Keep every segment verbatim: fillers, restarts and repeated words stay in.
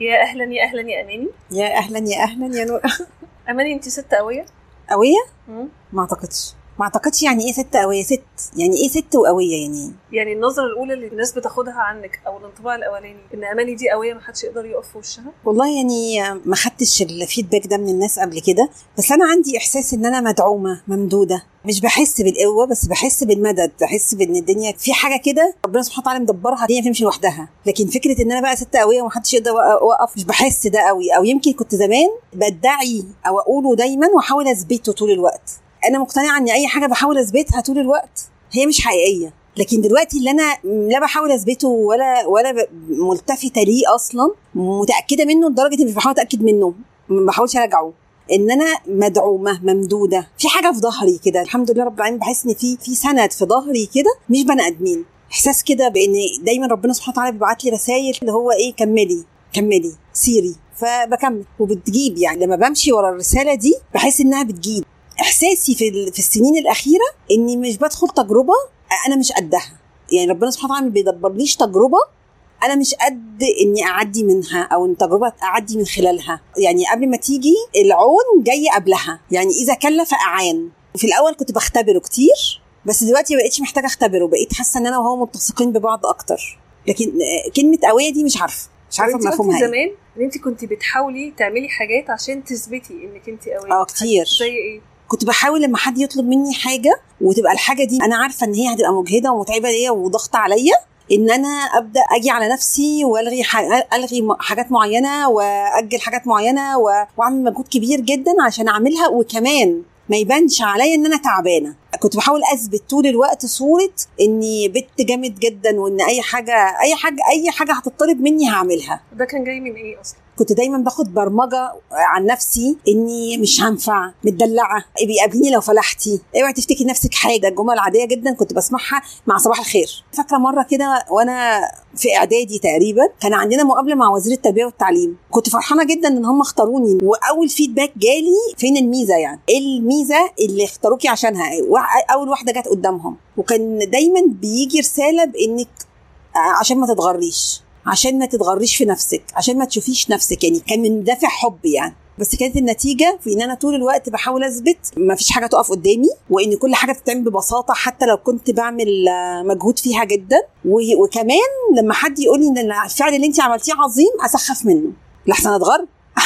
يا اهلا يا اهلا يا اماني. يا اهلا يا اهلا يا نور. اماني انت ست قويه؟ قويه؟ مم. ما اعتقدش ما اعتقدش يعني ايه ست قويه؟ ست يعني ايه ست وقويه؟ يعني يعني النظره الاولى اللي الناس بتاخدها عنك او الانطباع الاولاني ان اماني دي قويه ما حدش يقدر يقف في وشها. والله يعني ما خدتش الفيدباك ده من الناس قبل كده، بس انا عندي احساس ان انا مدعومه ممدوده، مش بحس بالقوه بس بحس بالمدد، بحس بان الدنيا في حاجه كده ربنا سبحانه وتعالى مدبرها الدنيا تمشي لوحدها. لكن فكره ان انا بقى ست قويه وما حدش يقدر يوقف مش بحس ده قوي، او يمكن كنت زمان بدعي او اقوله دايما واحاول اثبته طول الوقت. انا مقتنعه ان اي حاجه بحاول اثبتها طول الوقت هي مش حقيقيه، لكن دلوقتي اللي انا لا بحاول اثبته ولا ولا ملتفته ليه اصلا، متاكده منه لدرجه اني مش بحاول اتاكد منه، ما بحاولش ارجعه، ان انا مدعومه ممدوده في حاجه في ظهري كده. الحمد لله رب العالمين، بحس ان في في سند في ظهري كده، مش بني ادمين، احساس كده بان دايما ربنا سبحانه وتعالى بيبعت لي رسائل اللي هو ايه، كملي كملي سيري، فبكمل وبتجيب. يعني لما بمشي ورا الرساله دي بحس انها بتجيب. احساسي في في السنين الاخيره اني مش بدخل تجربه انا مش قدها، يعني ربنا سبحانه وتعالى ما بيدبرليش تجربه انا مش قد اني اعدي منها، او ان تجربه اعدي من خلالها. يعني قبل ما تيجي العون جاي قبلها، يعني اذا كلف اعان. في الاول كنت بختبره كتير، بس دلوقتي ما بقيتش محتاجه اختبره، بقيت حاسه ان انا وهو متسقين ببعض اكتر. لكن كلمه قويه دي مش عارفه مش عارفه مفهومها ايه. زمان ان انت كنت بتحاولي تعملي حاجات عشان تثبتي انك انت قويه. اه كتير. زي ايه؟ كنت بحاول لما حد يطلب مني حاجه وتبقى الحاجه دي انا عارفه ان هي هتبقى مجهده ومتعبه ليا وضغط عليا، ان انا ابدا اجي على نفسي والغي الغي حاجات معينه واجل حاجات معينه واعمل مجهود كبير جدا عشان اعملها، وكمان ما يبانش عليا ان انا تعبانه. كنت بحاول اثبت طول الوقت صوره اني بنت جامد جدا، وان اي حاجه اي حاجه اي حاجه هتطلب مني هعملها. ده كان جاي من ايه اصلا؟ كنت دايما باخد برمجه عن نفسي اني مش هنفع، متدلعه، بيقابلني لو فلحتي، اوعي تفتكري نفسك حاجه. الجمل عاديه جدا كنت بسمعها مع صباح الخير. فاكره مره كده وانا في اعدادي تقريبا كان عندنا مقابله مع وزير التربيه والتعليم، كنت فرحانه جدا ان هم اختاروني، واول فيدباك جالي فين الميزه، يعني ايه الميزه اللي اختاروكي عشانها، اول واحده جت قدامهم. وكان دايما بيجي رساله بانك عشان ما تتغريش، عشان ما تتغريش في نفسك، عشان ما تشوفيش نفسك، يعني كان من دافع حب يعني. بس كانت النتيجه في ان انا طول الوقت بحاول اثبت ما فيش حاجه تقف قدامي، وان كل حاجه بتتعمل ببساطه حتى لو كنت بعمل مجهود فيها جدا. وكمان لما حد يقول لي ان الفعل اللي انت عملتيه عظيم اسخف منه لحسن اتغر.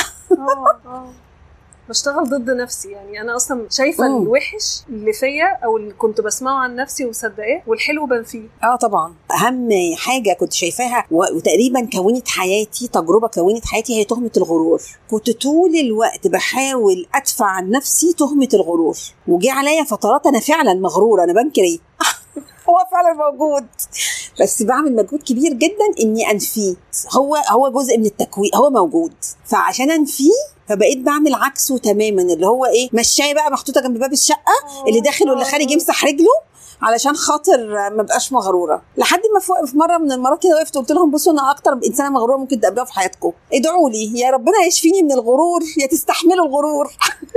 اه اه بشتغل ضد نفسي. يعني انا اصلا شايفه مم. الوحش اللي فيا او اللي كنت بسمعه عن نفسي ومصدقاه، والحلو بنفيه. اه طبعا اهم حاجه كنت شايفاها وتقريبا كونت حياتي، تجربه كونت حياتي، هي تهمه الغرور. كنت طول الوقت بحاول ادفع عن نفسي تهمه الغرور، وجي عليا فترات انا فعلا مغروره. انا بنكر ايه؟ هو فعلا موجود، بس بعمل مجهود كبير جدا اني انفيه. هو هو جزء من التكوين، هو موجود، فعشان انفيه فبقيت بعمل عكسه تماما، اللي هو ايه، مشايه بقى محطوطه جنب باب الشقه، اللي داخل واللي خارج يمسح رجله علشان خاطر ما بقاش مغروره. لحد ما في مره من المرات كده وقفت قلت لهم بصوا انا اكتر انسانه مغروره ممكن تقابلوها في حياتكم، ادعوا لي يا ربنا يشفيني من الغرور، يا تستحملوا الغرور.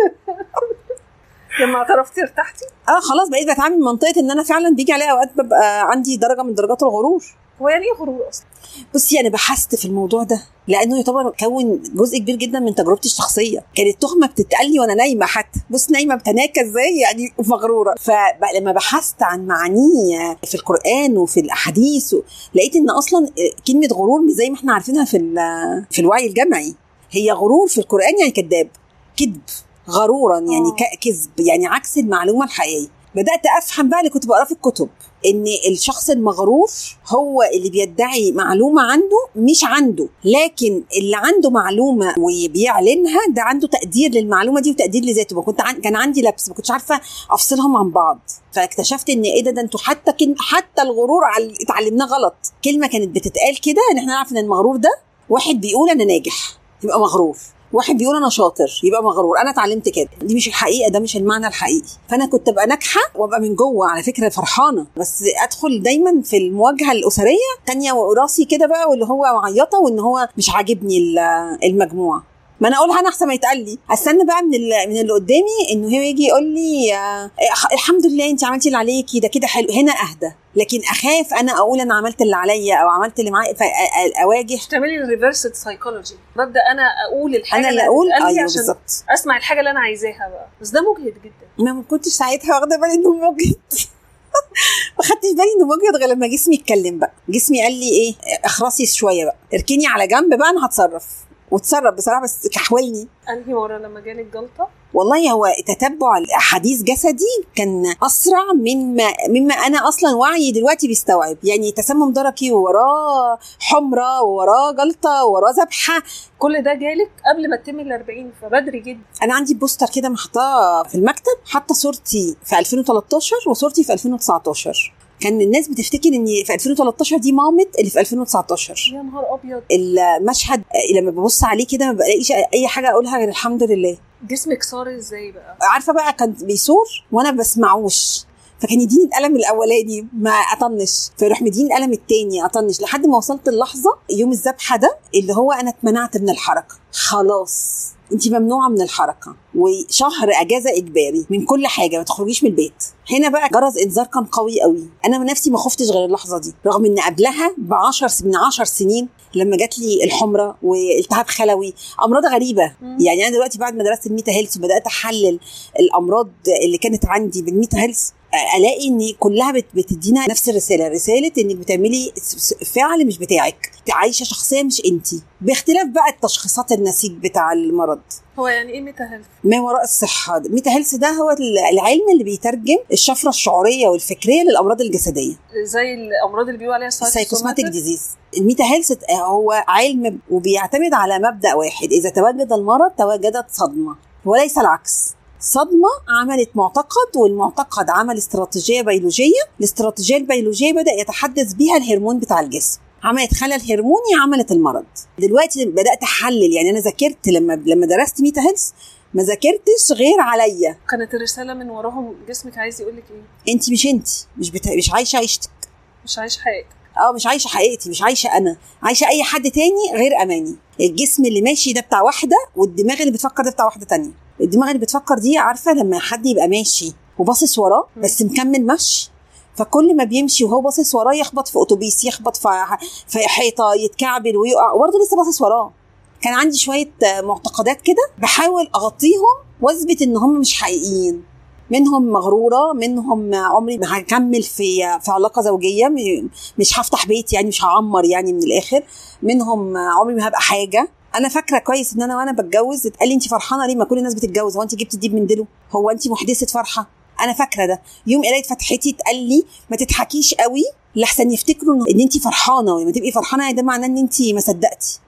لما اعترفتي ارتحتي؟ اه خلاص بقيت بتعامل من منطقه ان انا فعلا بيجي عليا اوقات ببقى عندي درجه من درجات الغرور. هو يعني ايه غرور اصلا؟ بصي انا بحثت في الموضوع ده لانه يعتبر كون جزء كبير جدا من تجربتي الشخصيه. كانت تهمه بتتقال لي وانا نايمه، حتى بص نايمه بتناكى ازاي، يعني مغروره. فلما بحثت عن معانيه في القران وفي الاحاديث لقيت ان اصلا كلمه غرور مش زي ما احنا عارفينها في في الوعي الجمعي. هي غرور في القران يعني كذاب، كذب، غرورا يعني كذب، يعني عكس المعلومه الحقيقيه. بدات افهم بقى اللي كنت بقراه في الكتب، ان الشخص المغرور هو اللي بيدعي معلومه عنده مش عنده، لكن اللي عنده معلومه وبيعلنها ده عنده تقدير للمعلومه دي وتقدير لذاته. كنت عن... كان عندي لبس، ما كنتش عارفه افصلهم عن بعض، فاكتشفت ان ايه ده ده انتوا حتى كن... حتى الغرور عل... اتعلمناه غلط. كلمه كانت بتتقال كده ان احنا نعرف ان المغرور ده واحد بيقول انا ناجح يبقى مغرور، واحد بيقول انا شاطر يبقى مغرور. انا اتعلمت كده، دي مش الحقيقه، ده مش المعنى الحقيقي. فانا كنت ابقى ناجحه وابقى من جوه على فكره فرحانه، بس ادخل دايما في المواجهه الاسريه تانية وراسي كده بقى، واللي هو معيطه وان هو مش عاجبني المجموعه. ما انا اقولها انا احسن ما يتقال لي. استنى بقى من من اللي قدامي انه هو يجي يقول لي آه الحمد لله انت عملتي اللي عليكي ده كده حلو، هنا اهدى. لكن اخاف انا اقول انا عملت اللي عليا او عملت اللي معايا فاواجه. تعملي الريفرس سايكولوجي، ببدا انا اقول الحاجه انا اللي اقول أيوة عشان بالزبط. اسمع الحاجه اللي انا عايزاها بقى، بس ده مجهد جدا. ما كنتش ساعتها واخده بالي انه مجهد ما خدتش بالي انه مجهد غير لما جسمي اتكلم بقى. جسمي قال لي ايه اخرسي شويه بقى، اركني على جنب بقى انا هتصرف. وتصرف بصراحه بس كحولني. انهي مره لما جالك جلطه؟ والله هو تتبع حديث جسدي كان اسرع مما مما انا اصلا وعي دلوقتي بيستوعب. يعني تسمم درقي ووراه حمره ووراه جلطه ووراه ذبحه، كل ده جالك قبل ما تتم الأربعين، فبدري جدا. انا عندي بوستر كده محطاه في المكتب، حاطه صورتي في ألفين وتلتاشر وصورتي في ألفين وتسعتاشر. كان الناس بتفتكر ان في ألفين وتلتاشر دي مامة اللي في ألفين وتسعتاشر. يا نهار ابيض. المشهد لما ببص عليه كده ما بلاقيش اي حاجه اقولها غير الحمد لله. جسمك صار ازاي بقى؟ عارفه بقى كان بيصور وانا بسمعوش، فكان يديني القلم الاولاني ما اطنش، فيروح مديني القلم التاني اطنش، لحد ما وصلت اللحظه يوم الذبحه ده اللي هو انا اتمنعت من الحركه. خلاص انت ممنوعه من الحركه، وشهر اجازه اجباري من كل حاجه، ما تخرجيش من البيت. هنا بقى جرس انذار كان قوي قوي. انا من نفسي ما خفتش غير اللحظه دي، رغم ان قبلها بعشر من عشر سنين لما جات لي الحمره والتهاب خلوي، امراض غريبه. مم. يعني انا دلوقتي بعد ما درست الميتا هيلث وبدات احلل الامراض اللي كانت عندي بالميتا هيلث، الاقي ان كلها بتدينا نفس الرساله، رساله انك بتعملي فعل مش بتاعك، عايشه شخصيه مش انتي، باختلاف بقى التشخيصات النسيج بتاع المرض. هو يعني ايه ميتا هيلث؟ ما وراء الصحه. ميتا هيلث ده هو العلم اللي بيترجم الشفره الشعوريه والفكريه للامراض الجسديه، زي الامراض اللي بيقولوا عليها سايكوسوماتيك ديزيز. الميتا هيلث هو علم وبيعتمد على مبدا واحد، اذا تواجد المرض تواجدت صدمه وليس العكس. صدمة عملت معتقد، والمعتقد عمل استراتيجية بيولوجية، الاستراتيجية البيولوجية بدأ يتحدث بيها الهرمون بتاع الجسم، عملت خلل هرموني عملت المرض. دلوقتي بدأت أحلل، يعني أنا ذاكرت لما لما درست ميتا هيلث ما ذاكرتش غير عليا. كانت الرسالة من وراهم جسمك عايز يقولك إيه؟ أنت مش أنت، مش بتا... مش عايشة عيشتك، مش عايشة حياتك. اه مش عايشة حقيقتي، مش عايشة أنا، عايشة أي حد تاني غير أماني. الجسم اللي ماشي ده بتاع واحدة، والدماغ اللي بتفكر ده بتاع واحدة تانية. الدماغ اللي بتفكر دي عارفة لما حد يبقى ماشي وباصص وراه بس مكمل مشي، فكل ما بيمشي وهو باصص وراه يخبط في أتوبيس، يخبط في حيطة، يتكعبل ويقع وبرضه لسه باصص وراه. كان عندي شوية معتقدات كده بحاول أغطيهم واثبت إن هم مش حقيقيين. منهم مغرورة، منهم عمري ما هكمل في في علاقة زوجية، مش هفتح بيت يعني، مش هعمر يعني من الآخر. منهم عمري ما هبقى حاجة. انا فاكره كويس ان انا وانا بتجوز اتقال لي انت فرحانه ليه؟ ما كل الناس بتتجوز، هو انت جبتي دي من دلو؟ هو انت محدثه فرحه؟ انا فاكره ده. يوم قرايه فتحتي اتقال لي ما تضحكيش قوي لحسن يفتكروا ان انت فرحانه، ولما تبقي فرحانه ده معناه ان انت ما صدقتي.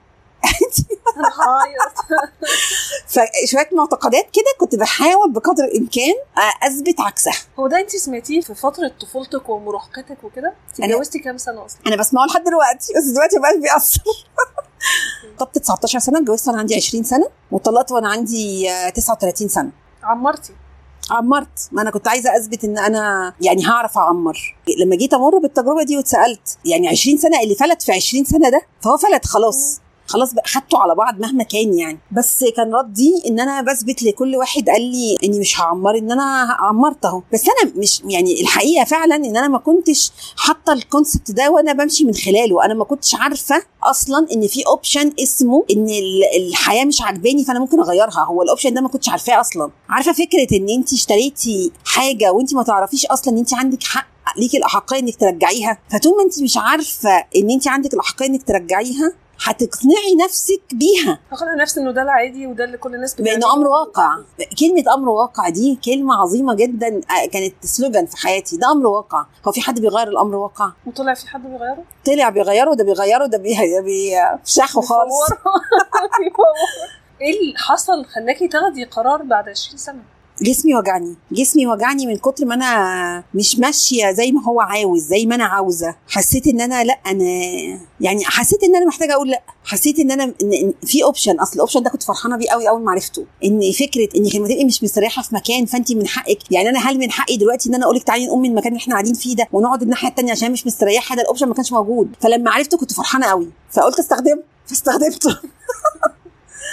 فشويه معتقدات كده كنت بحاول بقدر الامكان اثبت عكسها. هو ده انت سمعتيه في فتره طفولتك ومراهقتك وكده؟ اتجوزتي كام سنه اصلا؟ انا بسمعه لحد دلوقتي، بس دلوقتي ما بقاش بيأثر. طبت تسعتاشر سنه، اتجوزت وانا عندي عشرين سنه، وطلقت وانا عندي تسعة وثلاثين سنه. عمرتي؟ عمرت. ما انا كنت عايزه اثبت ان انا يعني هعرف اعمر. لما جيت امر بالتجربه دي واتسالت يعني عشرين سنه اللي فلت في عشرين سنه ده، فهو فلت خلاص خلاص بقى خدته على بعض مهما كان يعني. بس كان ردي ان انا بثبت لكل واحد قال لي اني مش هعمر ان انا عمرت اهو. بس انا مش يعني الحقيقه فعلا ان انا ما كنتش حاطه الكونسبت ده وانا بمشي من خلاله. انا ما كنتش عارفه اصلا ان في اوبشن اسمه ان الحياه مش عاجباني فانا ممكن اغيرها. هو الاوبشن ده ما كنتش عارفاه اصلا. عارفه فكره ان انت اشتريتي حاجه وانت ما تعرفيش اصلا ان انت عندك حق ليكي الاحقيه انك ترجعيها. فطول ما انت مش عارفه ان انت عندك الاحقيه انك ترجعيها هتقنعي نفسك بيها، هقنع نفسي انه ده العادي وده اللي كل الناس بتعمله، لانه امر واقع. كلمه امر واقع دي كلمه عظيمه جدا، كانت سلوجان في حياتي. ده امر واقع. هو في حد بيغير الامر واقع؟ وطلع في حد بيغيره؟ طلع بيغيره. ده بيغيره ده بيفشخه خالص. ايه اللي حصل خلاكي تاخدي قرار بعد عشرين سنه؟ جسمي وجعني. جسمي وجعني من كتر ما انا مش ماشيه زي ما هو عاوز، زي ما انا عاوزه. حسيت ان انا لا انا يعني حسيت ان انا محتاجه اقول لا. حسيت ان انا إن في اوبشن. اصل الاوبشن ده كنت فرحانه بيه قوي اول ما عرفته، ان فكره انك لما تبقي مش مستريحه في مكان فانت من حقك. يعني انا هل من حقي دلوقتي ان انا اقول لك تعالي نقوم من المكان اللي احنا قاعدين فيه ده ونقعد الناحيه الثانيه عشان مش مستريحه؟ ده الاوبشن ما كانش موجود. فلما عرفته كنت فرحانه قوي، فقلت استخدمه فاستخدمته. انت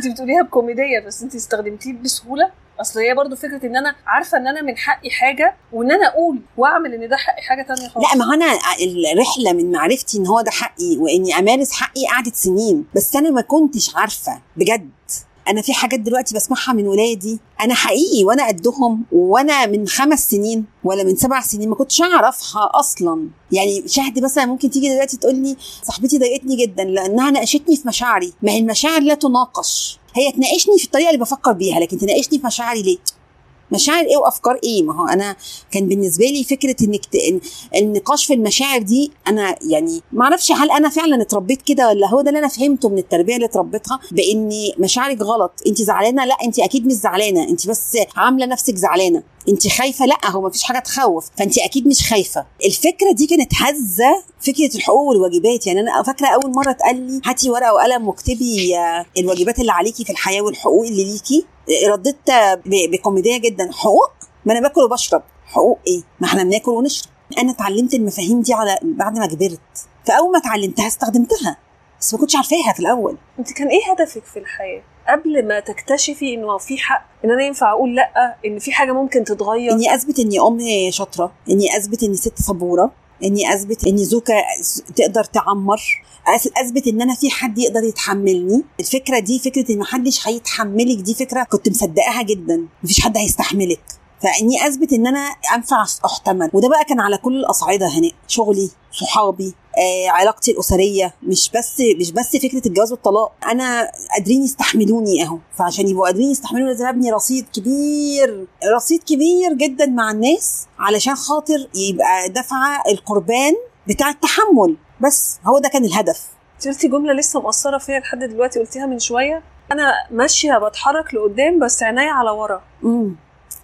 انت بتقوليها بكوميديه بس انت استخدمتيه بسهوله. اصل هي برضو فكره ان انا عارفه ان انا من حقي حاجه وان انا اقول واعمل ان ده حقي حاجه تانية خالص. لا، ما هو انا الرحله من معرفتي ان هو ده حقي واني امارس حقي قعدت سنين، بس انا ما كنتش عارفه بجد. انا في حاجات دلوقتي بسمعها من ولادي انا حقيقي وانا قدهم، وانا من خمس سنين ولا من سبع سنين ما كنتش اعرفها اصلا. يعني شهد مثلا ممكن تيجي دلوقتي تقول لي صاحبتي ضايقتني جدا لانها ناقشتني في مشاعري. ما هي المشاعر لا تناقش، هي تناقشني في الطريقه اللي بفكر بيها، لكن تناقشني في مشاعري ليه؟ مشاعر ايه وافكار ايه؟ ما هو انا كان بالنسبه لي فكره انك ت... إن... النقاش في المشاعر دي، انا يعني ما اعرفش هل انا فعلا اتربيت كده ولا هو ده اللي انا فهمته من التربيه اللي اتربيتها، بان مشاعرك غلط. انت زعلانه؟ لا انت اكيد مش زعلانه، انت بس عامله نفسك زعلانه. انت خايفه؟ لا هو ما فيش حاجه تخوف، فانت اكيد مش خايفه. الفكره دي كانت هزه فكره الحقوق والواجبات. يعني انا فاكره اول مره اتقال لي هاتي ورقه وقلم واكتبي الواجبات اللي عليكي في الحياه والحقوق اللي ليكي، رديت بكوميديه جدا: حقوق؟ ما انا باكل وبشرب، حقوق ايه؟ ما احنا بناكل ونشرب. انا اتعلمت المفاهيم دي على بعد ما كبرت، فاول ما اتعلمتها استخدمتها، بس ما كنتش عارفاها في الاول. انت كان ايه هدفك في الحياه قبل ما تكتشفي انه في حق، ان انا ينفع اقول لا، ان في حاجه ممكن تتغير؟ اني اثبت اني ام شاطره، اني اثبت اني ست صبوره، اني اثبت اني زوجه تقدر تعمر، اثبت ان انا في حد يقدر يتحملني. الفكره دي فكره ان محدش هيتحملك، دي فكره كنت مصدقاها جدا، مفيش حد هيستحملك. فاني اثبت ان انا انفع احتمل، وده بقى كان على كل الاصعده. هنا شغلي، صحابي، آه، علاقتي الاسريه، مش بس مش بس فكره الجواز والطلاق. انا قادرين يستحملوني اهو، فعشان يبقوا قادرين يستحملوني لازم ابني رصيد كبير، رصيد كبير جدا مع الناس، علشان خاطر يبقى دفعه القربان بتاع التحمل. بس هو ده كان الهدف. قلتي جمله لسه مؤثره فيا لحد دلوقتي، قلتيها من شويه: انا ماشيه بتحرك لقدام بس عينيا على ورا. امم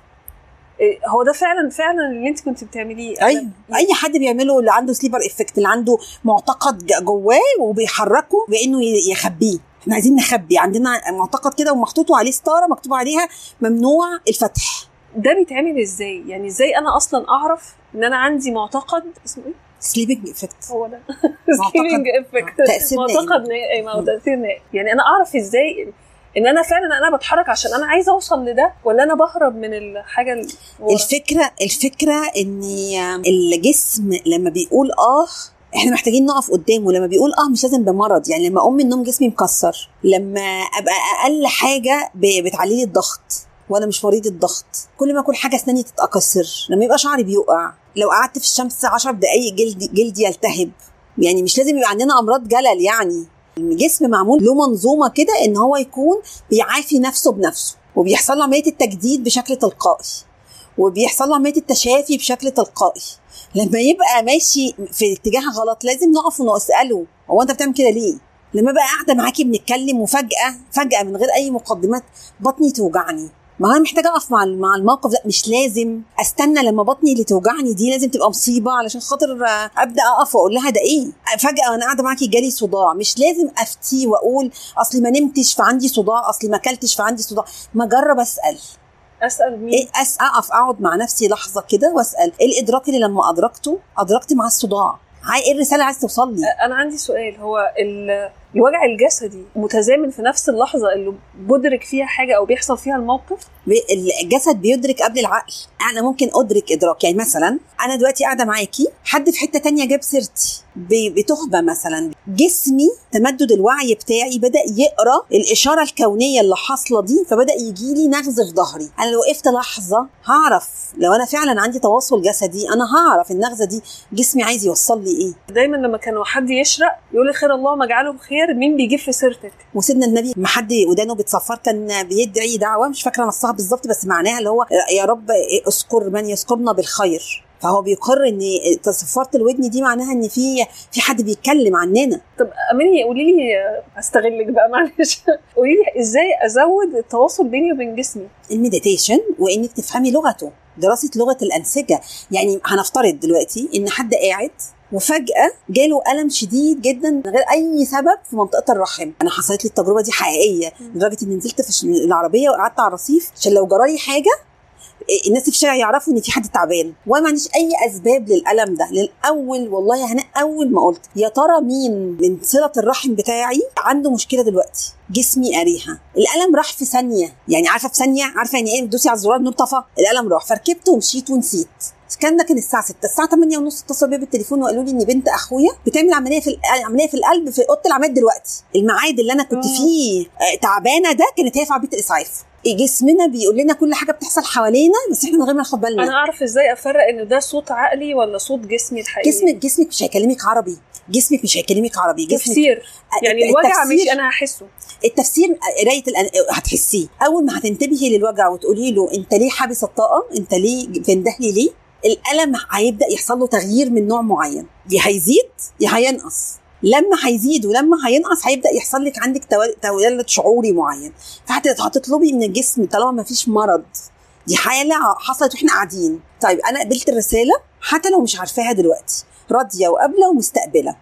هو ده فعلا فعلا اللي انت كنت بتعمليه. ايوه، اي حد بيعمله، اللي عنده سليبر افكت، اللي عنده معتقد جواه وبيحركه بانه يخبيه. احنا عايزين نخبي، عندنا معتقد كده ومحطوط عليه ستاره مكتوب عليها ممنوع الفتح. ده بيتعمل ازاي؟ يعني ازاي انا اصلا اعرف ان انا عندي معتقد اسمه ايه؟ سليبنج افكت. هو ده سليبنج افكت، معتقد نائم او تاثير نائم. يعني انا اعرف ازاي ان انا فعلا انا بتحرك عشان انا عايزه اوصل لده، ولا انا بهرب من الحاجه اللي الفكره الفكره ان الجسم لما بيقول اه احنا محتاجين نقف قدامه. لما بيقول اه مش لازم بمرض، يعني لما اقوم من النوم جسمي مكسر، لما ابقى اقل حاجه بتعلي لي الضغط وانا مش مريض الضغط، كل ما اكل حاجه اسناني تتكسر، لما يبقى شعري بيقع، لو قعدت في الشمس عشر دقايق جلدي جلدي يلتهب. يعني مش لازم يبقى عندنا امراض جلل، يعني الجسم معمول له منظومه كده ان هو يكون بيعافي نفسه بنفسه، وبيحصل له عمليه التجديد بشكل تلقائي، وبيحصل له عمليه التشافي بشكل تلقائي. لما يبقى ماشي في اتجاه غلط لازم نقف ونساله: هو انت بتعمل كده ليه؟ لما بقى قاعده معاكي بنتكلم وفجاه فجاه من غير اي مقدمات بطني توجعني، ما انا محتاجه اقف مع مع الموقف ده. مش لازم استنى لما بطني اللي توجعني دي لازم تبقى مصيبه علشان خاطر ابدا اقف واقول لها ده ايه. فجاه وانا قاعده معاكي جالي صداع، مش لازم افتي واقول اصلي ما نمتش فعندي صداع، اصلي ما اكلتش فعندي صداع. ما اجرب اسال اسال مين؟ ايه؟ أس... اقف اقعد مع نفسي لحظه كده واسال ايه الادراك اللي لما ادركته ادركت مع الصداع. ايه الرساله عايز توصل لي؟ انا عندي سؤال: هو الوجع الجسدي متزامن في نفس اللحظه اللي بدرك فيها حاجه او بيحصل فيها الموقف؟ الجسد بيدرك قبل العقل. انا ممكن ادرك ادراك، يعني مثلا انا دلوقتي قاعده معاكي، حد في حته تانية جاب سيرتي بتهبه مثلا، جسمي تمدد الوعي بتاعي بدا يقرا الاشاره الكونيه اللي حاصله دي، فبدا يجي لي نغز في ظهري. انا لو وقفت لحظه هعرف، لو انا فعلا عندي تواصل جسدي انا هعرف النغزه دي جسمي عايز يوصل لي ايه. دايما لما كانوا حد يشرق يقول لي خير الله ما جعله بخير، مين بيجيب في سيرتك؟ وسيدنا النبي ما حد ودانه بتصفر كان بيدعي دعوه، مش فاكره نصها بالظبط بس معناها اللي هو يا رب اذكر من يذكرنا بالخير. فهو بيقر ان تصفره الودن دي معناها ان في في حد بيتكلم عننا. طب اماني قولي لي، استغلك بقى معلش، قولي لي ازاي ازود التواصل بيني وبين جسمي؟ المديتيشن، وانك تفهمي لغته، دراسه لغه الانسجه. يعني هنفترض دلوقتي ان حد قاعد وفجأة جاله ألم شديد جدا من غير أي سبب في منطقة الرحم. أنا حصلت لي التجربة دي حقيقية، لدرجة إن نزلت في العربية وقعدت على الرصيف عشان لو جرالي حاجة الناس في الشارع يعرفوا ان في حد تعبان، وانا ما عنديش اي اسباب للالم ده. للاول والله يا هنا اول ما قلت يا ترى مين من صله الرحم بتاعي عنده مشكله دلوقتي، جسمي قاريها، الالم راح في ثانيه، يعني عارفه في ثانيه، عارفه يعني ايه بتدوسي على الزرار النور طفى، الالم راح، فركبت ومشيت ونسيت. كان ده كان الساعه ستة، الساعه ثمانية ونص اتصل بيا بالتليفون وقالوا لي ان بنت اخويا بتعمل عمليه في عمليه في القلب في اوضه العمليات دلوقتي. الميعاد اللي انا كنت فيه تعبانه ده كانت هي في عربيه الاسعاف. جسمنا بيقول لنا كل حاجه بتحصل حوالينا بس احنا من غير ما ناخد بالنا. انا اعرف ازاي افرق ان ده صوت عقلي ولا صوت جسمي الحقيقي؟ جسمك جسمك مش هيكلمك عربي، جسمك مش هيكلمك عربي، جسمك تفسير يعني الوجع مش انا هحسه. التفسير قرايه الأن... هتحسيه اول ما هتنتبهي للوجع وتقولي له انت ليه حابس الطاقه، انت ليه بتندهلي ليه، الالم هيبدا يحصل له تغيير من نوع معين، يا هيزيد يا هينقص. لما هيزيد ولما هينقص هيبدا يحصل لك عندك تولد شعوري معين، فهتطلبي من الجسم طالما ما فيش مرض، دي حاله حصلت واحنا قاعدين. طيب انا قبلت الرساله حتى لو مش عارفاها دلوقتي، راضيه وقابله ومستقبله،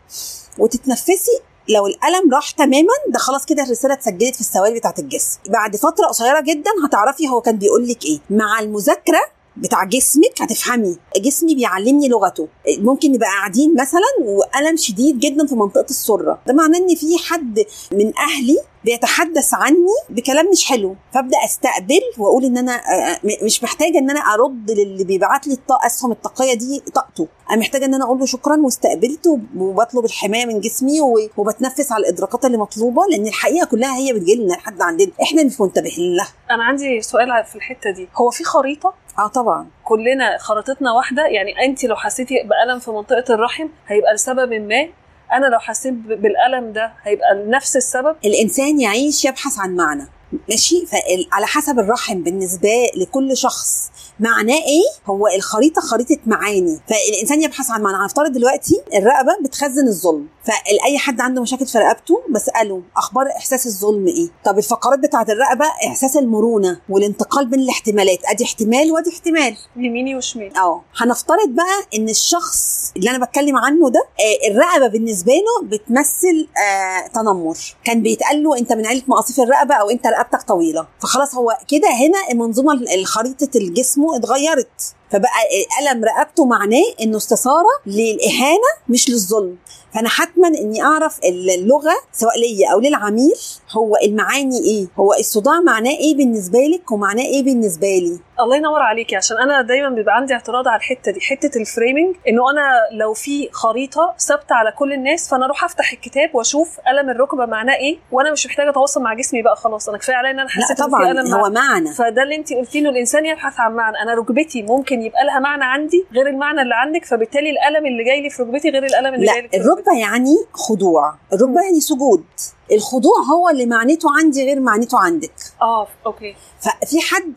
وتتنفسي. لو الالم راح تماما ده خلاص كده الرساله اتسجلت في السوائل بتاعه الجسم. بعد فتره قصيره جدا هتعرفي هو كان بيقول لك ايه. مع المذاكره بتاع جسمك هتفهمي جسمي بيعلمني لغته. ممكن نبقى قاعدين مثلا والم شديد جدا في منطقه السره، ده معناه ان في حد من اهلي بيتحدث عني بكلام مش حلو، فابدا استقبل واقول ان انا مش محتاجه ان انا ارد للي بيبعت لي الطاقه اسهم الطاقيه دي طاقته، انا محتاجه ان انا اقول له شكرا واستقبلته وبطلب الحمايه من جسمي وبتنفس على الادراكات اللي مطلوبه، لان الحقيقه كلها هي بتجي لنا لحد عندنا احنا مش منتبهين لها. انا عندي سؤال في الحته دي، هو في خريطه؟ اه طبعا كلنا خريطتنا واحده، يعني انت لو حسيتي بالم في منطقه الرحم هيبقى لسبب ما، انا لو حسيت بالالم ده هيبقى لنفس السبب. الانسان يعيش يبحث عن معنى، ماشي، فعلى حسب الرحم بالنسبه لكل شخص معناه ايه، هو الخريطه خريطه معاني، فالانسان يبحث عن معنى. هنفترض دلوقتي الرقبه بتخزن الظلم، فاي حد عنده مشاكل في رقبته بساله اخبار احساس الظلم ايه. طب الفقرات بتاعه الرقبه احساس المرونه والانتقال بين الاحتمالات، ادي احتمال وادي احتمال، يميني وشمال. اه هنفترض بقى ان الشخص اللي انا بتكلم عنه ده آه الرقبه بالنسبه له بتمثل آه تنمر، كان بيتقال له انت من عيله مقاصيف الرقبه او انت رقبتك طويله، فخلاص هو كده هنا المنظومه الخريطه الجسم اتغيرت، فبقى ألم رقبته معناه انه استثاره للاهانه مش للظلم. فانا حتما اني اعرف اللغه سواء ليا او للعميل هو المعاني ايه، هو الصداع معناه ايه بالنسبه لك ومعناه ايه بالنسبه لي. الله ينور عليكي، عشان انا دايما بيبقى عندي اعتراض على الحته دي، حته الفريمنج، انه انا لو في خريطه ثابته على كل الناس فانا اروح افتح الكتاب واشوف الم الركبه معناه ايه، وانا مش محتاجه اتواصل مع جسمي بقى، خلاص انا كفايه عليا ان انا حسيت ان في الم. هو معنى، فده اللي انت قلتيه انه الانسان يبحث عن معنى. انا ركبتي ممكن يبقى لها معنى عندي غير المعنى اللي عندك، فبالتالي الالم اللي جاي لي في ركبتي غير الالم اللي جاي لي في ركبتي. الركبه يعني خضوع، الركبه يعني سجود، الخضوع هو اللي معنيته عندي غير معنيته عندك. اه اوكي. ففي حد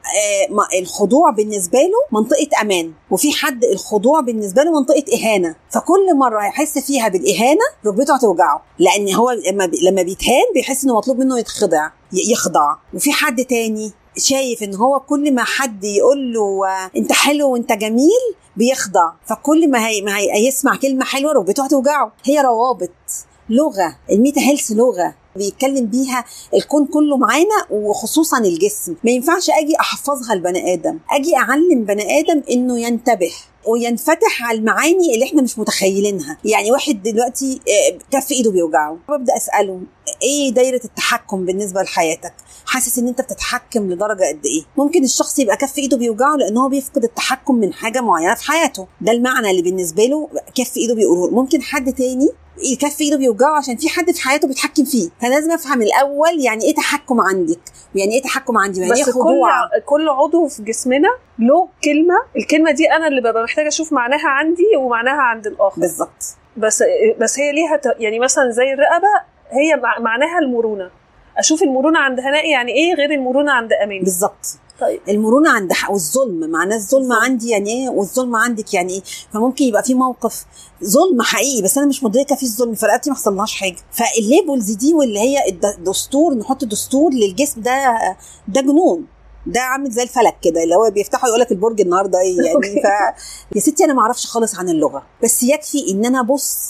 آه الخضوع بالنسبه له منطقه امان، وفي حد الخضوع بالنسبه له منطقه اهانه، فكل مره هيحس فيها بالاهانه ركبته هتوجعه، لان هو لما لما بيتهان بيحس انه مطلوب منه يتخضع يخضع. وفي حد تاني شايف ان هو كل ما حد يقول له انت حلو وانت جميل بيخضع، فكل ما هي ما هي يسمع كلمه حلوه ركبته هتوجعه. هي روابط، لغه، الميتا هيلث لغه بيتكلم بيها الكون كله معانا وخصوصا الجسم. ما ينفعش اجي احفظها البني ادم، اجي اعلم بني ادم انه ينتبه وينفتح على المعاني اللي احنا مش متخيلينها. يعني واحد دلوقتي كف ايده بيوجعه، ببدا اساله ايه دايره التحكم بالنسبه لحياتك، حاسس ان انت بتتحكم لدرجه قد ايه. ممكن الشخص يبقى كف ايده بيوجعه لان هو بيفقد التحكم من حاجه معينه في حياته، ده المعنى اللي بالنسبه له كف ايده بيقوله. ممكن حد تاني يكفي ايده بيوجعه عشان في حد في حياته بيتحكم فيه، فلازم افهم الاول يعني ايه تحكم عندك ويعني ايه تحكم عندي، يعني ايه خضوع. كل كل عضو في جسمنا له كلمه، الكلمه دي انا اللي ببقى محتاجه اشوف معناها عندي ومعناها عند الاخر. بالظبط. بس بس هي ليها يعني مثلا زي الرقبه هي معناها المرونه، اشوف المرونه عند هنائي يعني ايه غير المرونه عند اماني. بالظبط. طيب المرونه عند والظلم معناه الظلم بالزبط. عندي يعني ايه والظلم عندك يعني ايه. فممكن يبقى في موقف ظلم حقيقي بس انا مش مدركه فيه الظلم، فرقبتي ما حصلهاش حاجه. فالليبلز دي واللي هي الدستور، نحط دستور للجسم ده، ده جنون، ده عامل زي الفلك كده اللي هو بيفتحوا يقولك البرج النهارده ايه يعني. ف يا ستي انا ما اعرفش خالص عن اللغه، بس يكفي ان انا ابص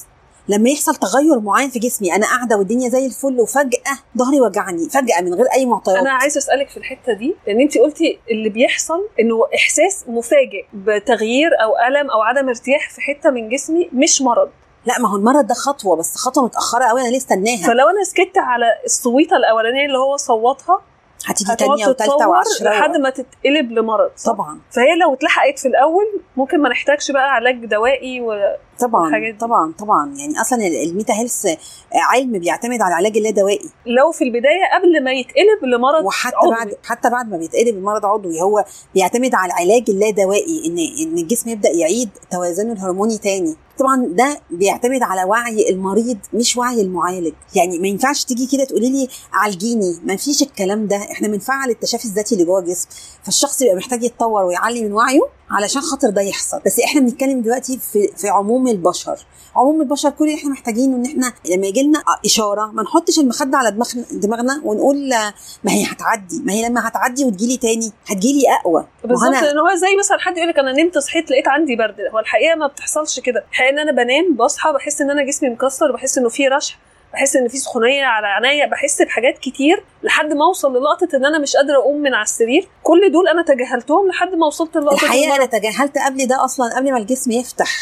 لما يحصل تغير معين في جسمي، انا قاعده والدنيا زي الفل وفجاه ظهري وجعني فجاه من غير اي معطيات. انا عايزه اسالك في الحته دي، لان انت قلتي اللي بيحصل انه احساس مفاجئ بتغيير او الم او عدم ارتياح في حته من جسمي، مش مرض. لا، ما هو المرض ده خطوه، بس خطوه متاخره قوي انا ليه استناها. فلو انا سكت على الصويته الاولانيه اللي هو صوتها، هتيجي تانية وثالثه وعشرة لحد ما تتقلب لمرض. طبعا. فهي لو اتلحقت في الاول ممكن ما نحتاجش بقى علاج دوائي و طبعا طبعا طبعا. يعني اصلا الميتا هيلث علم بيعتمد على العلاج اللادوائي لو في البدايه قبل ما يتقلب لمرض وحتى عضوي. بعد حتى بعد ما بيتقلب لمرض عضوي، هو بيعتمد على العلاج اللادوائي، ان ان الجسم يبدا يعيد توازنه الهرموني تاني. طبعا ده بيعتمد على وعي المريض مش وعي المعالج. يعني ما ينفعش تيجي كده تقولي لي عالجيني، ما فيش الكلام ده. احنا بنفعل التشافي الذاتي اللي جوه الجسم، فالشخص يبقى محتاج يتطور ويعلي من وعيه علشان خاطر ده يحصل. بس احنا بنتكلم دلوقتي في في عموم البشر. عموم البشر كل اللي احنا محتاجينه ان احنا لما يجي لنا اشاره ما نحطش المخده على دماغنا دماغنا ونقول ما هي هتعدي، ما هي لما هتعدي وتجيلي تاني هتجيلي اقوى. بالظبط. لان هو زي مثلا حد يقول لك انا نمت صحيت لقيت عندي برد، هو الحقيقه ما بتحصلش كده. الحقيقه ان انا بنام بصحى بحس ان انا جسمي مكسر، بحس انه في رشح، بحس ان في سخونيه على عينيا، بحس بحاجات كتير لحد ما اوصل للقطه ان انا مش قادره اقوم من على السرير. كل دول انا تجاهلتهم لحد ما وصلت للقطه. الحقيقه انا تجاهلت قبل ده اصلا، قبل ما الجسم يفتح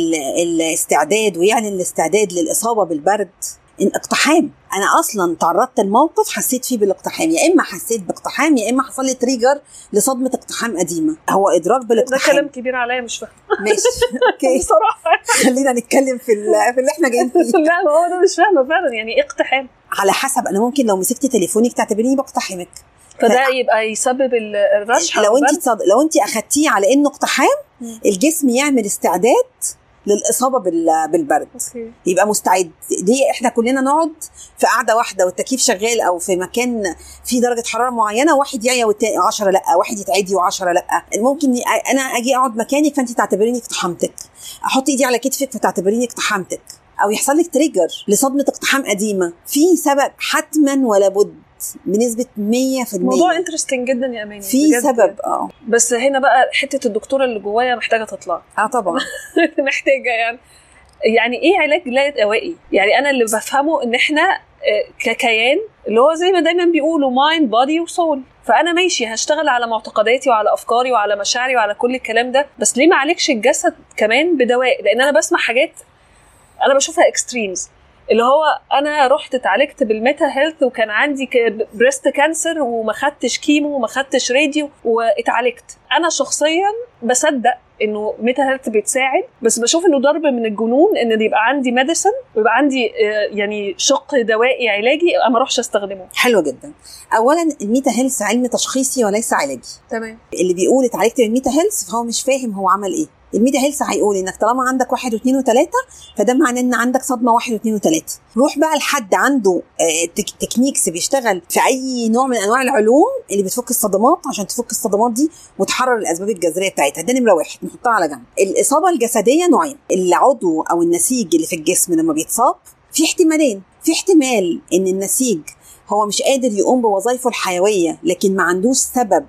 الاستعداد ويعني الاستعداد للاصابه بالبرد. ان اقتحام، انا اصلا تعرضت لموقف حسيت فيه بالاقتحام، يا اما حسيت باقتحام يا اما حصل لي تريجر لصدمه اقتحام قديمه. هو ادراك بالاقتحام. ده كلام كبير عليا مش فاهم. ماشي اوكي بصراحه خلينا نتكلم في في اللي احنا جايين فيه. لا هو ده مش فاهمه فعلا يعني ايه اقتحام. على حسب، انا ممكن لو مسكت تليفونك تعتبريني بقتحمك، فده ف... يبقى يسبب الرشح. لو انت تصد... لو انت اخدتيه على انه اقتحام، الجسم يعمل استعداد للإصابة بالبرد. أوكي. يبقى مستعد. دي احنا كلنا نقعد في قاعدة واحدة والتكييف شغال او في مكان في درجة حرارة معينة، واحد يعيا والتاني عشرة لا، واحد يتعدي وعشرة لا. ممكن انا اجي اقعد مكانك فانت تعتبريني اقتحمتك، احط ايدي على كتفك فتعتبريني اقتحمتك، او يحصل لك تريجر لصدمة اقتحام قديمة. في سبب حتما ولا بد بنسبة مية في المية. موضوع انترستنج جدا يا اماني، في سبب. اه بس هنا بقى حتة الدكتورة اللي جوايا محتاجة تطلع. اه طبعا محتاجة يعني يعني ايه علاج لا دوائي؟ يعني انا اللي بفهمه ان احنا ككيان اللي هو زي ما دايما بيقولوا مايند بودي وسول. فانا ماشي هشتغل على معتقداتي وعلى افكاري وعلى مشاعري وعلى كل الكلام ده، بس ليه ما عليكش الجسد كمان بدواء؟ لان انا بسمع حاجات انا بشوفها اكستريمز، اللي هو انا رحت اتعالجت بالميتا هيلث وكان عندي بريست كانسر وما خدتش كيمو وما خدتش راديو واتعالجت. انا شخصيا بصدق انه ميتا هيلث بيتساعد، بس بشوف انه ضرب من الجنون ان يبقى عندي ميديسن ويبقى عندي يعني شق دوائي علاجي ما اروحش استخدمه. حلو جدا. اولا الميتا هيلث علم تشخيصي وليس علاجي. تمام. اللي بيقول اتعالجت بالميتا هيلث فهو مش فاهم هو عمل ايه. الميتا هيلث هيقول انك طالما عندك واحد واثنين وثلاثة فده معناه ان عندك صدمه واحد واثنين وثلاثة. روح بقى لحد عنده تكنيكس بيشتغل في اي نوع من انواع العلوم اللي بتفك الصدمات عشان تفك الصدمات دي وتحرر الاسباب الجذريه بتاعتها. ده نمره واحد نحطها على جنب. الاصابه الجسديه نوعين، العضو او النسيج اللي في الجسم لما بيتصاب في احتمالين. في احتمال ان النسيج هو مش قادر يقوم بوظائفه الحيويه لكن ما عندوش سبب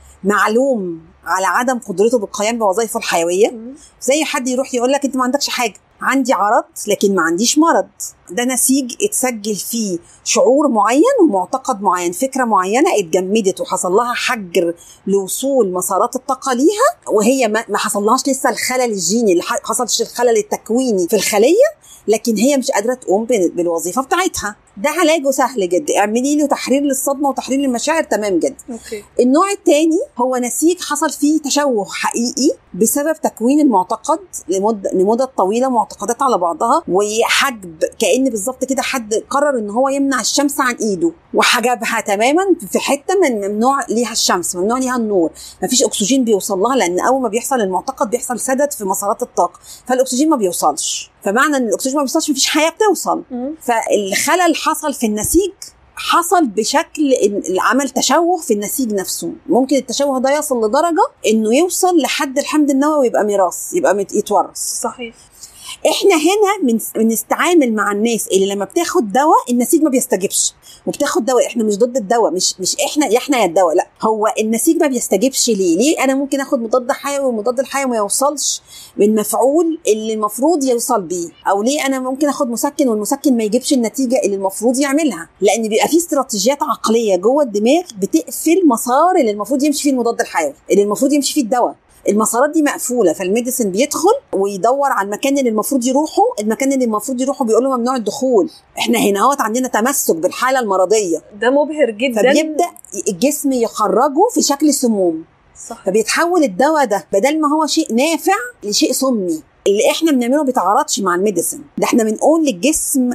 معلوم على عدم قدرته بالقيام بوظائفه الحيويه. زي حد يروح يقول لك انت ما عندكش حاجه، عندي عرض لكن ما عنديش مرض. ده نسيج اتسجل فيه شعور معين ومعتقد معين، فكره معينه اتجمدت وحصل لها حجر لوصول مسارات الطاقه ليها، وهي ما حصلهاش لسه الخلل الجيني، اللي حصلش الخلل التكويني في الخليه، لكن هي مش قادره تقوم بالوظيفه بتاعتها. ده علاجه سهل جدا، اعملي له تحرير للصدمه وتحرير للمشاعر، تمام جدا. أوكي. النوع الثاني هو نسيج حصل فيه تشوه حقيقي بسبب تكوين المعتقد لمده لمده طويله، معتقدات على بعضها وحجب، كأن بالظبط كده حد قرر ان هو يمنع الشمس عن ايده وحجبها تماما في حته من ممنوع ليها الشمس، ممنوع ليها النور، مفيش اكسجين بيوصل لها، لان اول ما بيحصل المعتقد بيحصل سدد في مسارات الطاقه فالاكسجين ما بيوصلش، فمعنى ان الاكسجين ما بيوصلش مفيش حياه بتوصل. فالخلل حصل في النسيج حصل بشكل العمل تشوه في النسيج نفسه. ممكن التشوه ده يصل لدرجه انه يوصل لحد الحمض النووي ويبقى ميراث، يبقى يتورث. صحيح. احنا هنا من بنستعامل مع الناس اللي لما بتاخد دواء النسيج ما بيستجيبش، وبتاخد دواء. احنا مش ضد الدواء، مش مش احنا يا احنا يا الدواء، لا، هو النسيج ما بيستجيبش. ليه ليه انا ممكن اخد مضاد حيوي والمضاد الحيوي ما يوصلش بالمفعول اللي المفروض يوصل بيه، او ليه انا ممكن اخد مسكن والمسكن ما يجيبش النتيجه اللي المفروض يعملها؟ لان بيبقى في استراتيجيات عقليه جوه الدماغ بتقفل مسار اللي المفروض يمشي فيه المضاد الحيوي، اللي المفروض يمشي فيه الدواء. المسارات دي مقفوله، فالميديسن بيدخل ويدور على المكان اللي المفروض يروحه، المكان اللي المفروض يروحه بيقول له ممنوع الدخول. احنا هنا اهوت عندنا تمسك بالحاله المرضيه، ده مبهر جدا. فبيبدا الجسم يخرجه في شكل سموم، صح. فبيتحول الدواء ده بدل ما هو شيء نافع لشيء سمي. اللي احنا بنعمله ما بيتعارضش مع الميديسن ده، احنا بنقول للجسم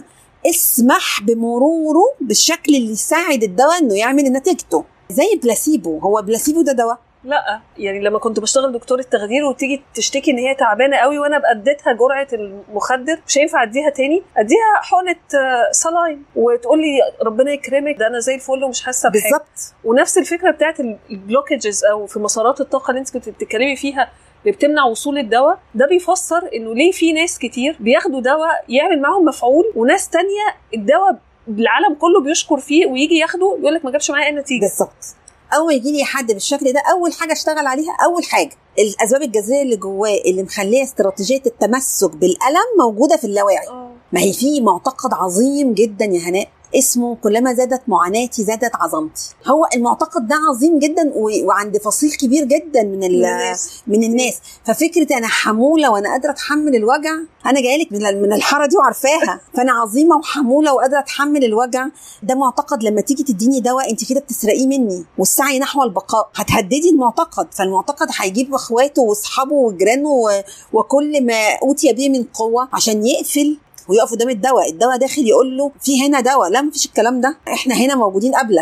اسمح بمروره بالشكل اللي يساعد الدواء انه يعمل نتيجته. زي بلاسيبو، هو بلاسيبو ده دواء؟ لا، يعني لما كنت بشتغل دكتور التخدير وتيجي تشتكي ان هي تعبانه قوي وانا باديتها جرعه المخدر، مش هينفع اديها تاني، اديها حقنه سلاين وتقول لي ربنا يكرمك ده انا زي الفل ومش حاسه بحاجه. بالظبط. ونفس الفكره بتاعت البلوكجز او في مسارات الطاقه اللي انت كنت بتتكلمي فيها اللي بتمنع وصول الدواء، ده بيفسر انه ليه في ناس كتير بياخدوا دواء يعمل معهم مفعول، وناس تانية الدواء العالم كله بيشكر فيه ويجي ياخده يقول لك ما جابش معايا نتيجه. بالظبط. اول يجي لي حد بالشكل ده، اول حاجه اشتغل عليها، اول حاجه الاسباب الجذريه اللي جواه اللي مخليه استراتيجيه التمسك بالالم موجوده في اللاواعي. أوه. ما هي في معتقد عظيم جدا يا هناء اسمه كلما زادت معاناتي زادت عظمتي. هو المعتقد ده عظيم جدا وعند فصيل كبير جدا من الناس. من الناس ففكره انا حموله وانا قادره اتحمل الوجع، انا جايلك من من الحاره دي وعارفاها، فانا عظيمه وحموله وقادره اتحمل الوجع. ده معتقد لما تيجي تديني دواء انت كده بتسرقيه مني، والسعي نحو البقاء هتهددي المعتقد، فالمعتقد هيجيب اخواته واصحابه وجيرانه وكل ما اوتي به من قوه عشان يقفل ويقف قدام الدواء. الدواء داخل يقول له في هنا دواء، لا مفيش الكلام ده، احنا هنا موجودين قبلك.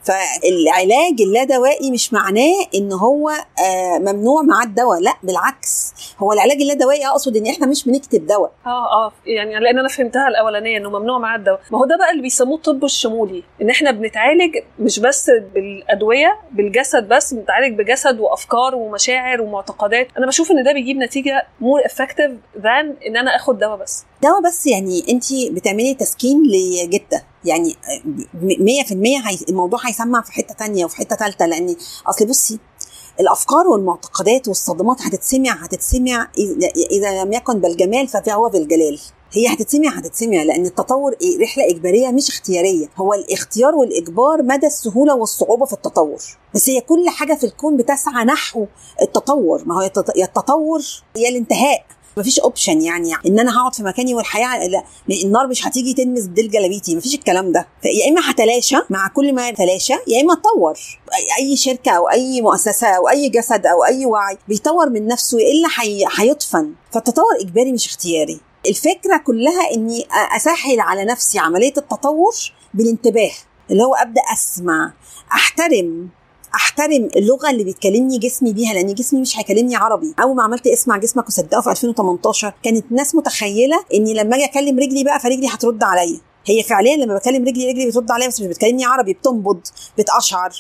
فالعلاج اللا دوائي مش معناه ان هو آه ممنوع مع الدواء، لا بالعكس، هو العلاج اللا دوائي اقصد ان احنا مش بنكتب دواء. اه اه يعني لان انا فهمتها الاولانيه انه ممنوع مع الدواء. ما هو ده بقى اللي بيسموه الطب الشمولي، ان احنا بنتعالج مش بس بالادويه بالجسد بس، بنتعالج بجسد وافكار ومشاعر ومعتقدات. انا بشوف ان ده بيجيب نتيجه مور افكتيف ذان ان انا اخد دواء بس. دواء بس يعني انت بتعملي تسكين لجده، يعني مية في المية الموضوع هيسمع في حتة تانية وفي حتة تالتة. لأن أصل بصي الأفكار والمعتقدات والصدمات هتتسمع هتتسمع إذا لم يكن بالجمال فهو بالجلال. هي هتتسمع هتتسمع لأن التطور رحلة إجبارية مش اختيارية. هو الاختيار والإجبار مدى السهولة والصعوبة في التطور، بس هي كل حاجة في الكون بتسعى نحو التطور. ما هو يا التطور يا الانتهاء، مفيش اوبشن يعني ان انا هقعد في مكاني والحياه لا، النار مش هتيجي تلمس ديل جلابيتي، مفيش الكلام ده. يا اما هتلاشى مع كل ما يتلاشى، يا اما اتطور. اي شركه او اي مؤسسه او اي جسد او اي وعي بيطور من نفسه الا هيدفن. فالتطور اجباري مش اختياري. الفكره كلها اني اسهل على نفسي عمليه التطور بالانتباه، اللي هو ابدا اسمع، احترم احترم اللغه اللي بيتكلمني جسمي بيها، لان جسمي مش هيكلمني عربي. اول ما عملت اسمع جسمك وصدقه في ألفين وتمنتاشر كانت ناس متخيله اني لما اجي اكلم رجلي بقى فرجلي هترد عليا. هي فعليا لما بكلم رجلي رجلي بترد عليا، بس مش بتكلمني عربي، بتنبض، بتقشعر،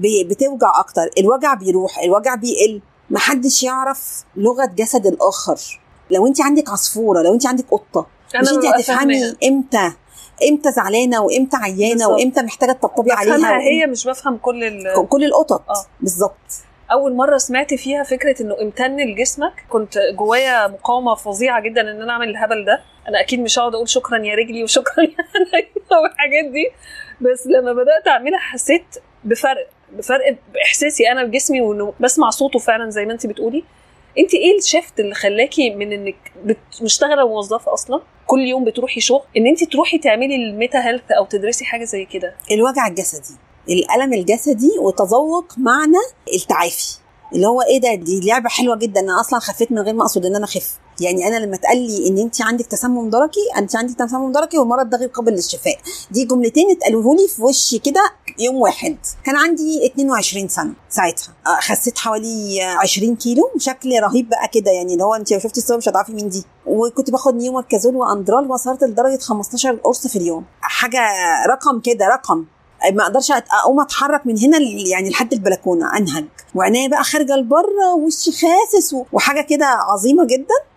بتوجع اكتر، الوجع بيروح، الوجع بيقل. محدش يعرف لغه جسد الاخر. لو انت عندك عصفوره، لو انت عندك قطه، مش انت هتفهمي امتى امتى زعلانه وامتى عيانه وامتى محتاجه تطبطبي عليها. هي مش بفهم كل ال... كل القطط آه. بالظبط. اول مره سمعت فيها فكره انه امتن لجسمك كنت جوايا مقاومه فظيعه جدا ان انا اعمل الهبل ده. انا اكيد مش هقعد اقول شكرا يا رجلي وشكرا يا والحاجات دي، بس لما بدات اعملها حسيت بفرق بفرق باحساسي انا بجسمي، وانه بسمع صوته فعلا زي ما انت بتقولي. انت ايه الشفت اللي خلاكي من انك مشتغله موظفه اصلا كل يوم بتروحي شغل ان انت تروحي تعملي الميتا هيلث او تدرسي حاجه زي كده؟ الوجع الجسدي، الالم الجسدي، وتذوق معنى التعافي، اللي هو ايه ده، دي لعبه حلوه جدا. انا اصلا خفيت من غير ما اقصد ان انا اخف. يعني انا لما اتقال لي ان انت عندك تسمم درقي، انت عندك تسمم درقي والمرض ده غير قابل للشفاء، دي جملتين اتقالوا لي في وشي كده يوم واحد. كان عندي اتنين وعشرين سنه ساعتها، خسيت حوالي عشرين كيلو وشكل رهيب بقى كده، يعني اللي هو انت لو شفتي الصور مش هتعرفي مين دي. وكنت باخد نيومركازول واندرال، وصلت لدرجه خمستاشر قرص في اليوم، حاجه رقم كده، رقم ما اقدرش اقوم اتحرك من هنا يعني لحد البلكونه، انهج وعينيا بقى خارجه لبره ووشي خاسس وحاجه كده عظيمه جدا.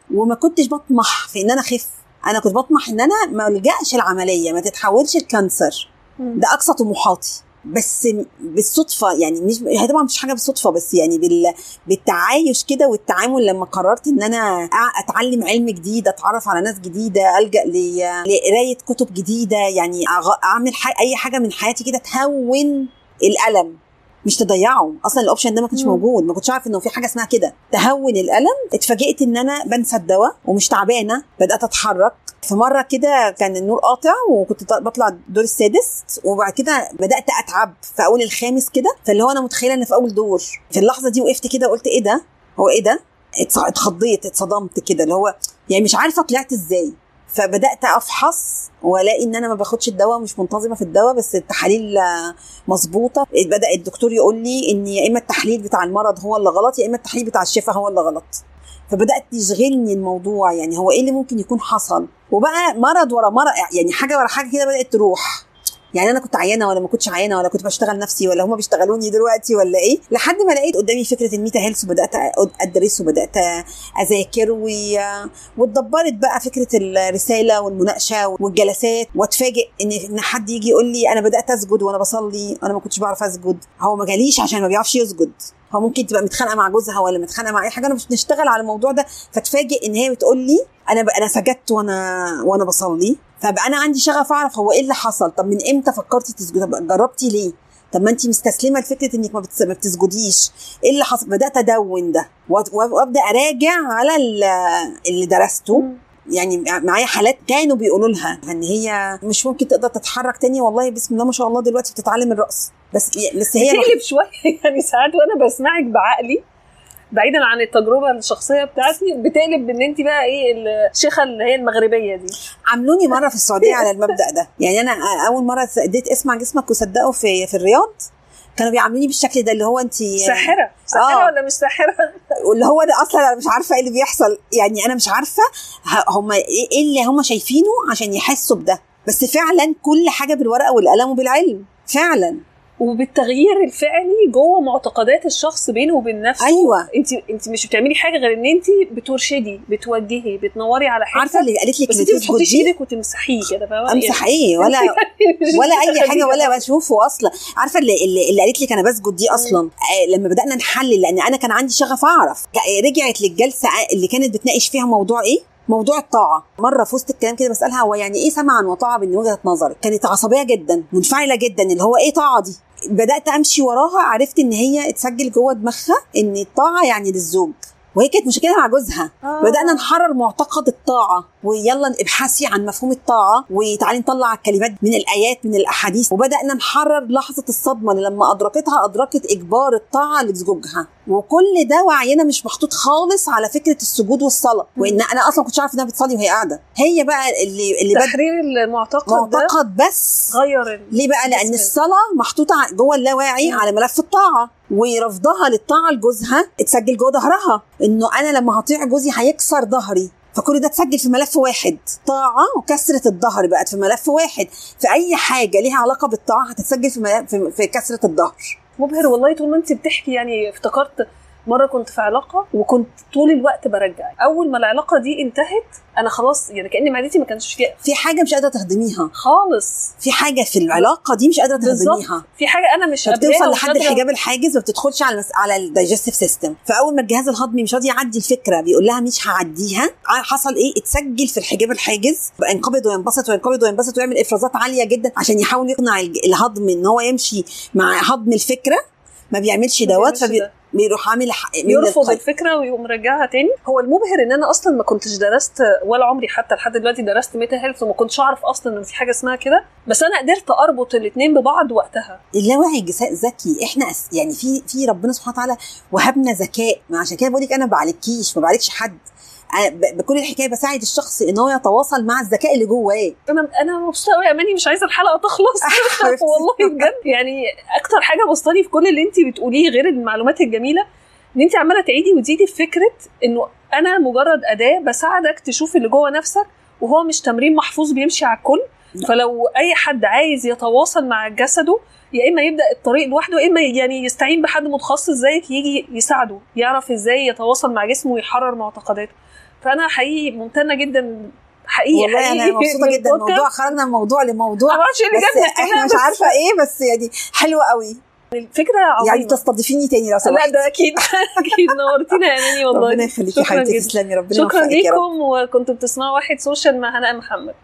وما كنتش بطمح في ان انا اخف، انا كنت بطمح ان انا ما الجاش العمليه ما تتحولش الكانسر، ده اقصى طموحاتي. بس بالصدفه يعني، مش هي طبعا مش حاجه بالصدفه، بس يعني بال... بالتعايش كده والتعامل، لما قررت ان انا اتعلم علم جديد، اتعرف على ناس جديده، الجا ل... لقرايه كتب جديده، يعني اعمل ح... اي حاجه من حياتي كده تهون الالم مش تضيعه. اصلا الاوبشن ده ما كانش موجود، ما كنتش عارف انه في حاجه اسمها كده تهون الالم. اتفاجئت ان انا بنسى الدواء ومش تعبانه، بدات اتحرك. في مره كده كان النور قاطع وكنت بطلع الدور السادس، وبعد كده بدات اتعب في اول الخامس كده، فاللي هو انا متخيله ان في اول دور. في اللحظه دي وقفت كده وقلت ايه ده، هو ايه ده، اتخضيت اتصدمت كده، اللي هو يعني مش عارفه طلعت ازاي. فبدات افحص والاقي ان انا ما باخدش الدواء، مش منتظمه في الدواء، بس التحاليل مظبوطه. بدا الدكتور يقول لي ان يا اما التحليل بتاع المرض هو اللي غلط، يا اما التحليل بتاع الشفاء هو اللي غلط. فبدات يشغلني الموضوع، يعني هو ايه اللي ممكن يكون حصل، وبقى مرض ورا مرض، يعني حاجه ورا حاجه كده بدات تروح. يعني انا كنت عيانه ولا ما كنتش عيانه، ولا كنت بشتغل نفسي ولا هما بيشتغلوني دلوقتي ولا ايه، لحد ما لقيت قدامي فكره الميتا هيلث، وبدات ادرس وبدات اذاكر و... واتدبرت بقى فكره الرساله والمناقشه والجلسات. واتفاجئ ان ان حد يجي يقول لي انا بدات اسجد وانا بصلي، انا ما كنتش بعرف اسجد. هو ما جاليش عشان ما بيعرفش يسجد، هو ممكن تبقى متخانقه مع جوزها ولا متخانقه مع اي حاجه، انا مش بنشتغل على الموضوع ده. فتفاجئ ان هي بتقول لي انا انا سجدت وانا وانا بصلي. فبقى انا عندي شغف اعرف هو ايه اللي حصل، طب من امتى فكرتي تسجدي، طب جربتي ليه، طب ما انت مستسلمه لفكره انك ما بتسجديش، ايه اللي حصل. بدات ادون ده وابدا اراجع على اللي درسته. يعني معايا حالات كانوا بيقولوا لها ان هي مش ممكن تقدر تتحرك تاني، والله بسم الله ما شاء الله دلوقتي بتتعلم الرقص. بس بس هي بتقلب شويه يعني ساعات وانا بسمعك بعقلي بعيدا عن التجربه الشخصيه بتاعتي، بتقلب ان انت بقى ايه الشيخه اللي هي المغربيه دي. عملوني مره في السعوديه على المبدا ده، يعني انا اول مره اديت اسمع جسمك وصدقه في في الرياض، كانوا بيعاملوني بالشكل ده، اللي هو انت ساحره ساحره آه. ولا مش ساحره، واللي هو ده اصلا انا مش عارفه ايه اللي بيحصل. يعني انا مش عارفه هم ايه اللي هم شايفينه عشان يحسوا بده، بس فعلا كل حاجه بالورقه والقلم وبالعلم فعلا، وبالتغيير الفعلي جوه معتقدات الشخص بينه وبين نفسه. ايوه انت انت مش بتعملي حاجه غير ان انت بترشدي، بتوجهي، بتنوري على حاجه. عارفه اللي قالت لك بس انت ما تحطيش ايدك وتمسحيه كده، فاهمه؟ امسح ايه ولا ولا اي حاجه ولا بشوفه اصلا. عارفه اللي اللي, اللي قالت لك انا بسجد دي اصلا آه لما بدانا نحلل، لان انا كان عندي شغف اعرف، رجعت للجلسه اللي كانت بتناقش فيها موضوع ايه، موضوع الطاعه. مره في وسط الكلام كده بسالها هو يعني ايه سمعا وطاعه من وجهه نظرك، كانت عصبيه جدا منفعله جدا، اللي هو ايه طاعه دي. بدات امشي وراها، عرفت ان هي اتسجل جوه دماغها ان الطاعه يعني للزوج، وهي كانت مشكله مع جوزها. آه. بدانا نحرر معتقد الطاعه، ويلا ابحثي عن مفهوم الطاعه، وتعالي نطلع الكلمات من الايات من الاحاديث. وبدانا نحرر لحظه الصدمه اللي لما ادركتها ادركت اجبار الطاعه لزوجها، وكل ده وعينا مش محطوط خالص على فكره السجود والصلاه، وان انا اصلا كنتش عارفه انها بتصلي وهي قاعده. هي بقى اللي اللي تحرير المعتقد معتقد ده بس غير ليه بقى، لان الصلاه محطوطه جوه اللاواعي على ملف الطاعه، ورفضها للطاعه لجوزها اتسجل جوه ظهرها، انه انا لما هطيع جوزي هيكسر ظهري. فكل ده اتسجل في ملف واحد، طاعه وكسره الظهر بقت في ملف واحد. في اي حاجه ليها علاقه بالطاعه هتتسجل في ملف في, في كسره الظهر. مبهر والله. طول ما انت بتحكي يعني افتكرت مره كنت في علاقه وكنت طول الوقت برجع. اول ما العلاقه دي انتهت انا خلاص يعني كأن معدتي ما كانش فيها، في حاجه مش قادره تهضميها خالص، في حاجه في العلاقه دي مش قادره تهضميها، في حاجه انا مش قادره بتوصل لحد الحجاب الحاجز وما بتدخلش على المس... على الدايجستيف سيستم. فاول ما الجهاز الهضمي مش راضي يعدي الفكره بيقول لها مش هعديها، حصل ايه، اتسجل في الحجاب الحاجز، بقى ينقبض وينبسط وينقبض وينبسط ويعمل افرازات عاليه جدا عشان يحاول يقنع الهضم ان هو يمشي مع هضم الفكره، ما بيعملش دوت، فبي... بيروح عامل يرفض الفكره ويقوم رجعها تاني. هو المبهر ان انا اصلا ما كنتش درست ولا عمري حتى لحد دلوقتي درست ميتا هيلث، وما كنتش اعرف اصلا ان في حاجه اسمها كده، بس انا قدرت اربط الاثنين ببعض وقتها. اللاوعي ذكي، احنا يعني في في ربنا سبحانه وتعالى وهبنا ذكاء، عشان كده بقول لك انا ما بعالجكيش ما بعالجش حد، بكل الحكايه بساعد الشخص ان هو يتواصل مع الذكاء اللي جواه. انا انا مبسوطه قوي يا اماني، مش عايزه الحلقه تخلص والله بجد. يعني اكتر حاجه بسطاني في كل اللي انت بتقوليه غير المعلومات الجميله ان انت عماله تعيدي وتزيدي في فكره انه انا مجرد اداه بساعدك تشوف اللي جوه نفسك، وهو مش تمرين محفوظ بيمشي على الكل. فلو اي حد عايز يتواصل مع جسده يا اما يبدا الطريق لوحده، يا اما يعني يستعين بحد متخصص زيك يجي يساعده يعرف ازاي يتواصل مع جسمه ويحرر معتقداته. فانا حقيقي ممتنه جدا حقيقي. والله حقيقي انا مبسوطه جدا. الموضوع خرجنا من موضوع لموضوع ما اعرفش اللي بس جابنا احنا مش عارفه ايه، بس يعني حلوه قوي الفكره عظيمه. يعني تستضيفيني تاني لو سمحتي. لا ده اكيد اكيد نورتينا يا اماني والله. ربنا يخليكي يا حبيبتي، تسلمي، ربنا شكرا يوفقك يا رب. ليكم. وكنتوا بتسمعوا واحد سوشيال مع هناء محمد.